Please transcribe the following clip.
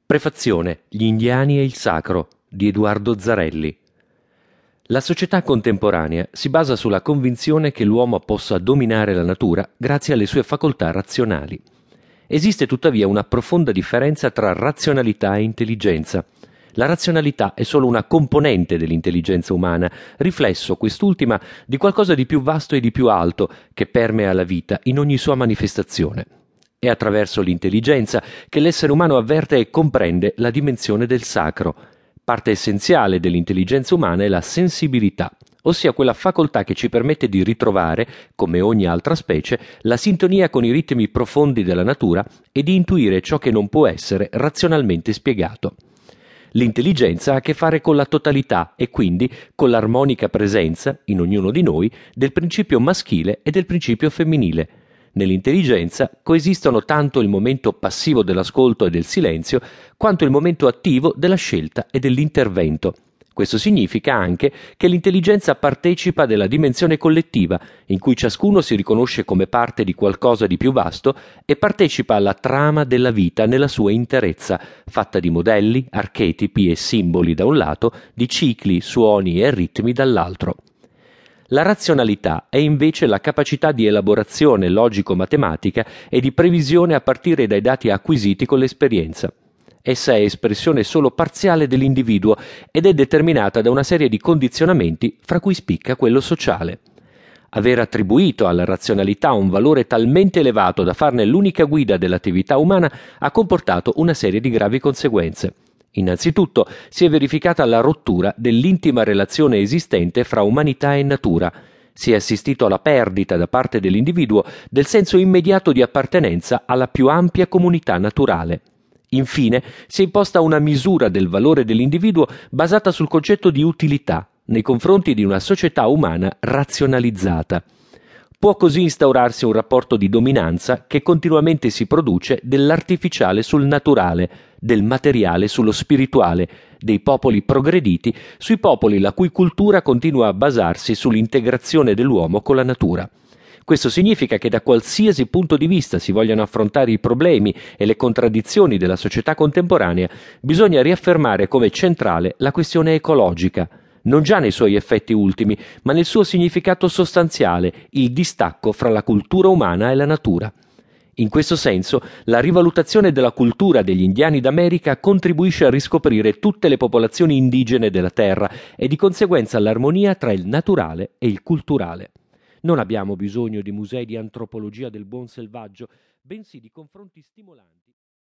Prefazione: Gli indiani e il sacro di Edoardo Zarelli. La società contemporanea si basa sulla convinzione che l'uomo possa dominare la natura grazie alle sue facoltà razionali. Esiste tuttavia una profonda differenza tra razionalità e intelligenza. La razionalità è solo una componente dell'intelligenza umana, riflesso quest'ultima di qualcosa di più vasto e di più alto che permea la vita in ogni sua manifestazione. È attraverso l'intelligenza che l'essere umano avverte e comprende la dimensione del sacro. Parte essenziale dell'intelligenza umana è la sensibilità, ossia quella facoltà che ci permette di ritrovare, come ogni altra specie, la sintonia con i ritmi profondi della natura e di intuire ciò che non può essere razionalmente spiegato. L'intelligenza ha a che fare con la totalità e quindi con l'armonica presenza, in ognuno di noi, del principio maschile e del principio femminile. Nell'intelligenza coesistono tanto il momento passivo dell'ascolto e del silenzio, quanto il momento attivo della scelta e dell'intervento. Questo significa anche che l'intelligenza partecipa della dimensione collettiva, in cui ciascuno si riconosce come parte di qualcosa di più vasto e partecipa alla trama della vita nella sua interezza, fatta di modelli, archetipi e simboli da un lato, di cicli, suoni e ritmi dall'altro. La razionalità è invece la capacità di elaborazione logico-matematica e di previsione a partire dai dati acquisiti con l'esperienza. Essa è espressione solo parziale dell'individuo ed è determinata da una serie di condizionamenti, fra cui spicca quello sociale. Aver attribuito alla razionalità un valore talmente elevato da farne l'unica guida dell'attività umana ha comportato una serie di gravi conseguenze. Innanzitutto si è verificata la rottura dell'intima relazione esistente fra umanità e natura. Si è assistito alla perdita da parte dell'individuo del senso immediato di appartenenza alla più ampia comunità naturale. Infine, si è imposta una misura del valore dell'individuo basata sul concetto di utilità nei confronti di una società umana razionalizzata. Può così instaurarsi un rapporto di dominanza che continuamente si produce dell'artificiale sul naturale, del materiale sullo spirituale, dei popoli progrediti sui popoli la cui cultura continua a basarsi sull'integrazione dell'uomo con la natura. Questo significa che da qualsiasi punto di vista si vogliano affrontare i problemi e le contraddizioni della società contemporanea, bisogna riaffermare come centrale la questione ecologica, non già nei suoi effetti ultimi, ma nel suo significato sostanziale, il distacco fra la cultura umana e la natura. In questo senso, la rivalutazione della cultura degli indiani d'America contribuisce a riscoprire tutte le popolazioni indigene della Terra e di conseguenza all'armonia tra il naturale e il culturale. Non abbiamo bisogno di musei di antropologia del buon selvaggio, bensì di confronti stimolanti.